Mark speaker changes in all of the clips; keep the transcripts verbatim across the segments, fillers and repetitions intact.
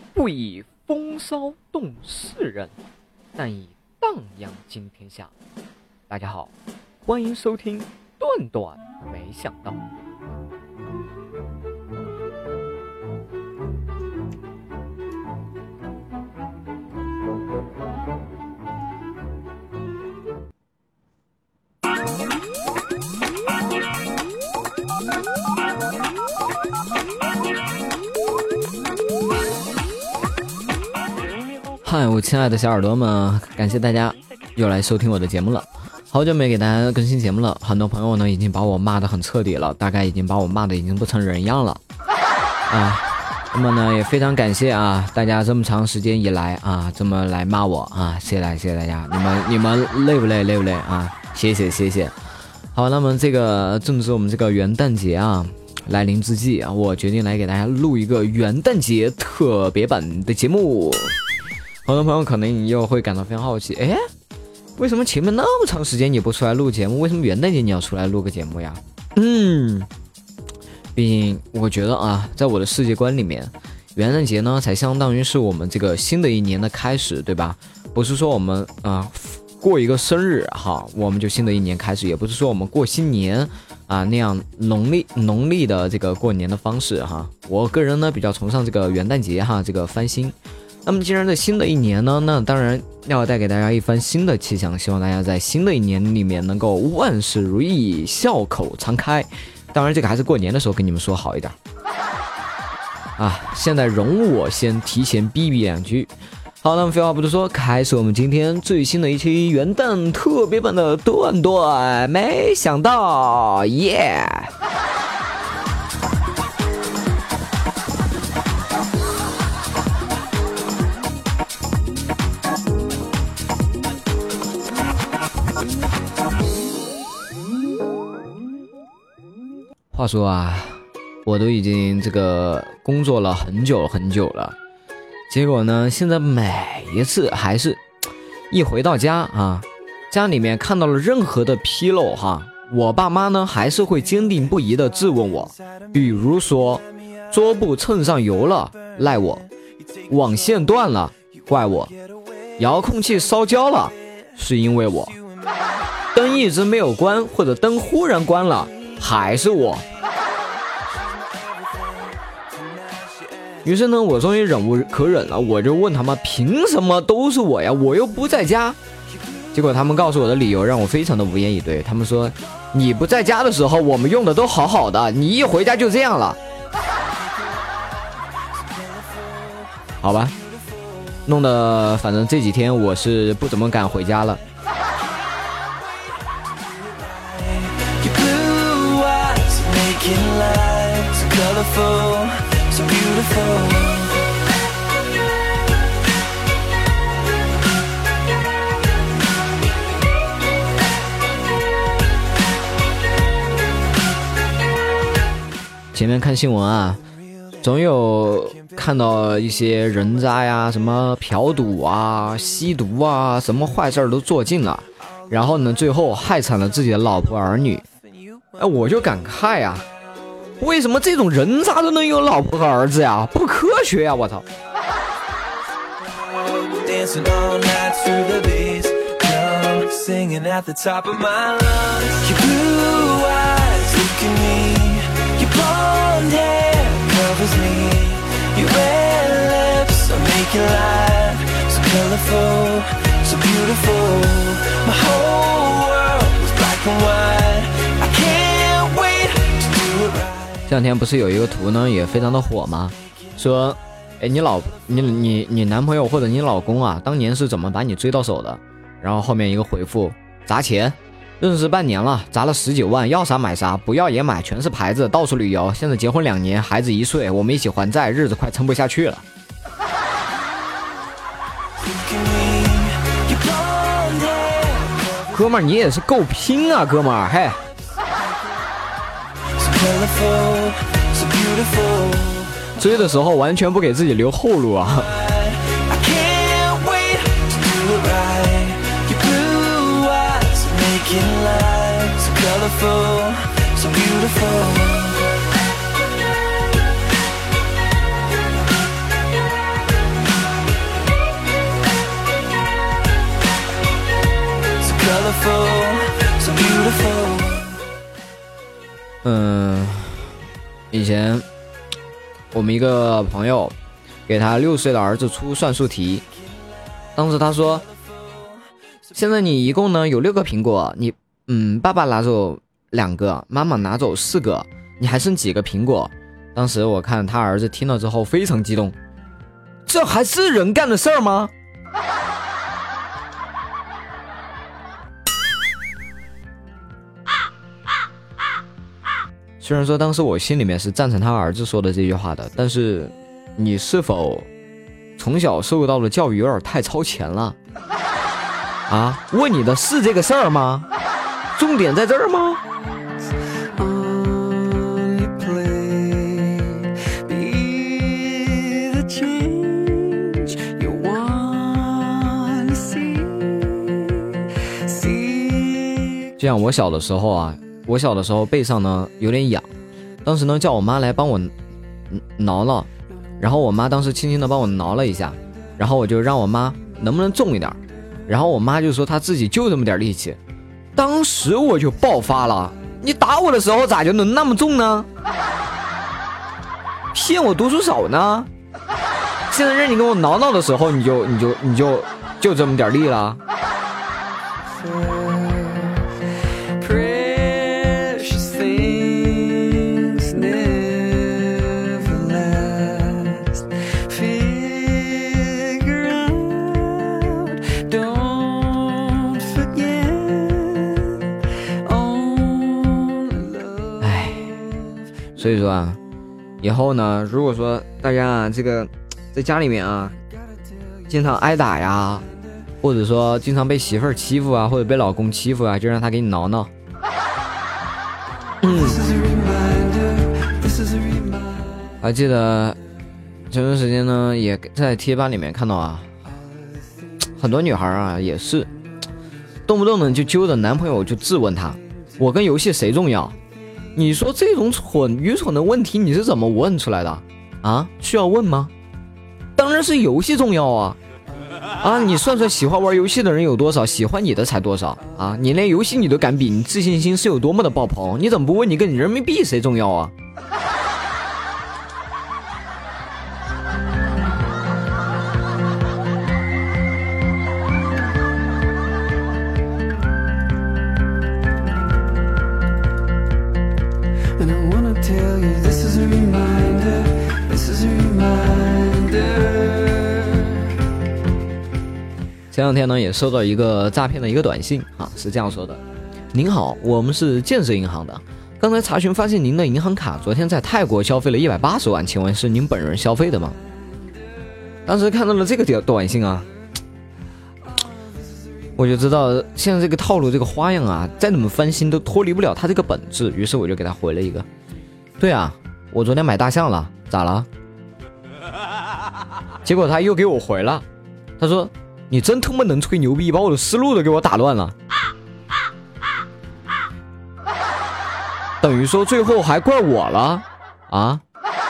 Speaker 1: 不以风骚动世人，但以荡漾惊天下。大家好，欢迎收听段段没想到。嗨，我亲爱的小耳朵们，感谢大家又来收听我的节目了。好久没给大家更新节目了，很多朋友呢已经把我骂得很彻底了，大概已经把我骂得已经不成人样了啊。那么呢也非常感谢啊大家这么长时间以来啊这么来骂我啊，谢谢大家，谢谢大家，你们你们累不累累不累啊？谢谢谢谢。好，那么这个正值我们这个元旦节啊来临之际啊，我决定来给大家录一个元旦节特别版的节目。很多朋友可能你又会感到非常好奇，诶，为什么前面那么长时间你不出来录节目，为什么元旦节你要出来录个节目呀？嗯，毕竟我觉得啊，在我的世界观里面，元旦节呢才相当于是我们这个新的一年的开始，对吧？不是说我们啊过一个生日哈，我们就新的一年开始，也不是说我们过新年啊那样农历农历的这个过年的方式哈。我个人呢比较崇尚这个元旦节哈，这个翻新。那么既然在新的一年呢，那当然要带给大家一番新的气象，希望大家在新的一年里面能够万事如意，笑口常开。当然这个还是过年的时候跟你们说好一点啊。现在容我先提前逼逼两句。好，那么废话不多说，开始我们今天最新的一期元旦特别版的段段没想到耶、yeah!话说啊，我都已经这个工作了很久很久了，结果呢，现在每一次还是一回到家啊，家里面看到了任何的纰漏哈，我爸妈呢还是会坚定不移的质问我，比如说桌布蹭上油了赖我，网线断了怪我，遥控器烧焦了是因为我，灯一直没有关或者灯忽然关了还是我。于是呢，我终于忍无可忍了，我就问他们，凭什么都是我呀？我又不在家。结果他们告诉我的理由让我非常的无言以对。他们说，你不在家的时候，我们用的都好好的，你一回家就这样了。好吧，弄得反正这几天我是不怎么敢回家了。前面看新闻啊，总有看到一些人渣呀，什么嫖赌啊、吸毒啊，什么坏事都做尽了，然后呢，最后害惨了自己的老婆儿女。哎，我就感慨呀、啊，为什么这种人渣都能有老婆和儿子呀？不科学呀！我操！这两天不是有一个图呢，也非常的火吗？说，哎，你老你你你男朋友或者你老公啊，当年是怎么把你追到手的？然后后面一个回复，砸钱，认识半年了，砸了十九万，要啥买啥，不要也买，全是牌子，到处旅游。现在结婚两年，孩子一岁，我们一起还债，日子快撑不下去了。哥们儿，你也是够拼啊，哥们儿，嘿。追的时候完全不给自己留后路啊。 以前我们一个朋友给他六岁的儿子出算术题，当时他说，现在你一共呢有六个苹果，你嗯爸爸拿走两个，妈妈拿走四个，你还剩几个苹果？当时我看他儿子听了之后非常激动，这还是人干的事儿吗？虽然说当时我心里面是赞成他儿子说的这句话的，但是你是否从小受到的教育有点太超前了啊？问你的是这个事儿吗？重点在这儿吗？就像我小的时候啊，我小的时候背上呢有点痒，当时呢叫我妈来帮我挠挠，然后我妈当时轻轻的帮我挠了一下，然后我就让我妈能不能重一点，然后我妈就说她自己就这么点力气，当时我就爆发了，你打我的时候咋就能那么重呢？骗我读书少呢？现在让你跟我挠挠的时候，你就你就你就就这么点力了。所以说啊，以后呢，如果说大家啊这个在家里面啊经常挨打呀，或者说经常被媳妇儿欺负啊，或者被老公欺负啊，就让他给你挠挠。嗯，还记得前段时间呢，也在贴吧里面看到啊，很多女孩啊也是动不动呢就揪着男朋友就质问他，我跟游戏谁重要？你说这种蠢愚蠢的问题你是怎么问出来的啊？需要问吗？当然是游戏重要啊！啊，你算算喜欢玩游戏的人有多少，喜欢你的才多少啊？你连游戏你都敢比，你自信心是有多么的爆棚？你怎么不问你跟你人民币谁重要啊？前两天呢也收到一个诈骗的一个短信啊，是这样说的：您好，我们是建设银行的，刚才查询发现您的银行卡昨天在泰国消费了一百八十万，请问是您本人消费的吗？当时看到了这个短信啊，我就知道现在这个套路这个花样啊，再怎么翻新都脱离不了它这个本质，于是我就给他回了一个，对啊，我昨天买大象了，咋了？结果他又给我回了，他说你真他妈能吹牛逼，把我的思路都给我打乱了。等于说最后还怪我了啊！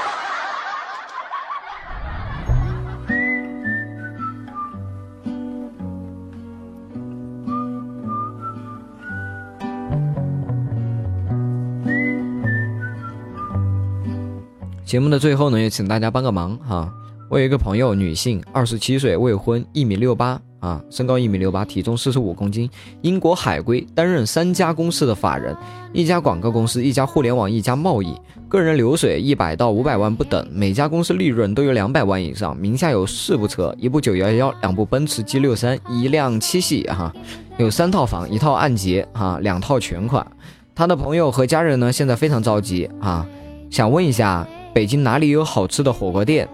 Speaker 1: 节目的最后呢，也请大家帮个忙哈。我有一个朋友，女性，二十七岁，未婚，一米六八啊，身高一米六八，体重四十五公斤，英国海归，担任三家公司的法人，一家广告公司，一家互联网，一家贸易，个人流水一百到五百万不等，每家公司利润都有两百万以上，名下有四部车，一部九一一，两部奔驰 G 六十三，一辆七系哈，有三套房，一套按揭哈，两套全款。他的朋友和家人呢，现在非常着急啊，想问一下，北京哪里有好吃的火锅店？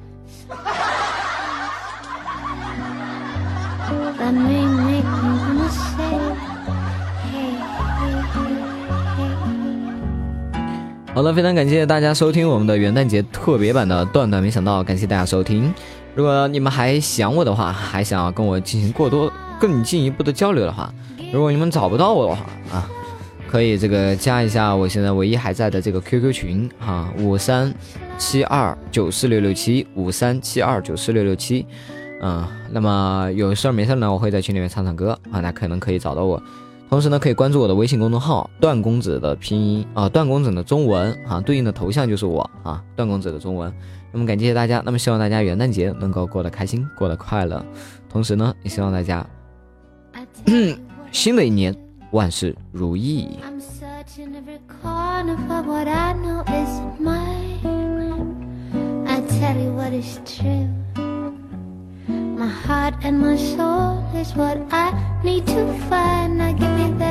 Speaker 1: 好了，非常感谢大家收听我们的元旦节特别版的段段没想到，感谢大家收听。如果你们还想我的话，还想要跟我进行过多更进一步的交流的话，如果你们找不到我的话啊，可以这个加一下我现在唯一还在的这个 Q Q 群哈，五三七二九四六六七五三七二九四六六七，嗯，那么有事儿没事呢，我会在群里面唱唱歌啊，那可能可以找到我。 同时呢，可以关注我的微信公众号段公子的拼音啊，段公子的中文啊，对应的头像就是我啊，段公子的中文。那么感谢大家，那么希望大家元旦节能够过得开心，过得快乐。同时呢，也希望大家新的一年万事如意。My heart and my soul is what I need to find. Now give me that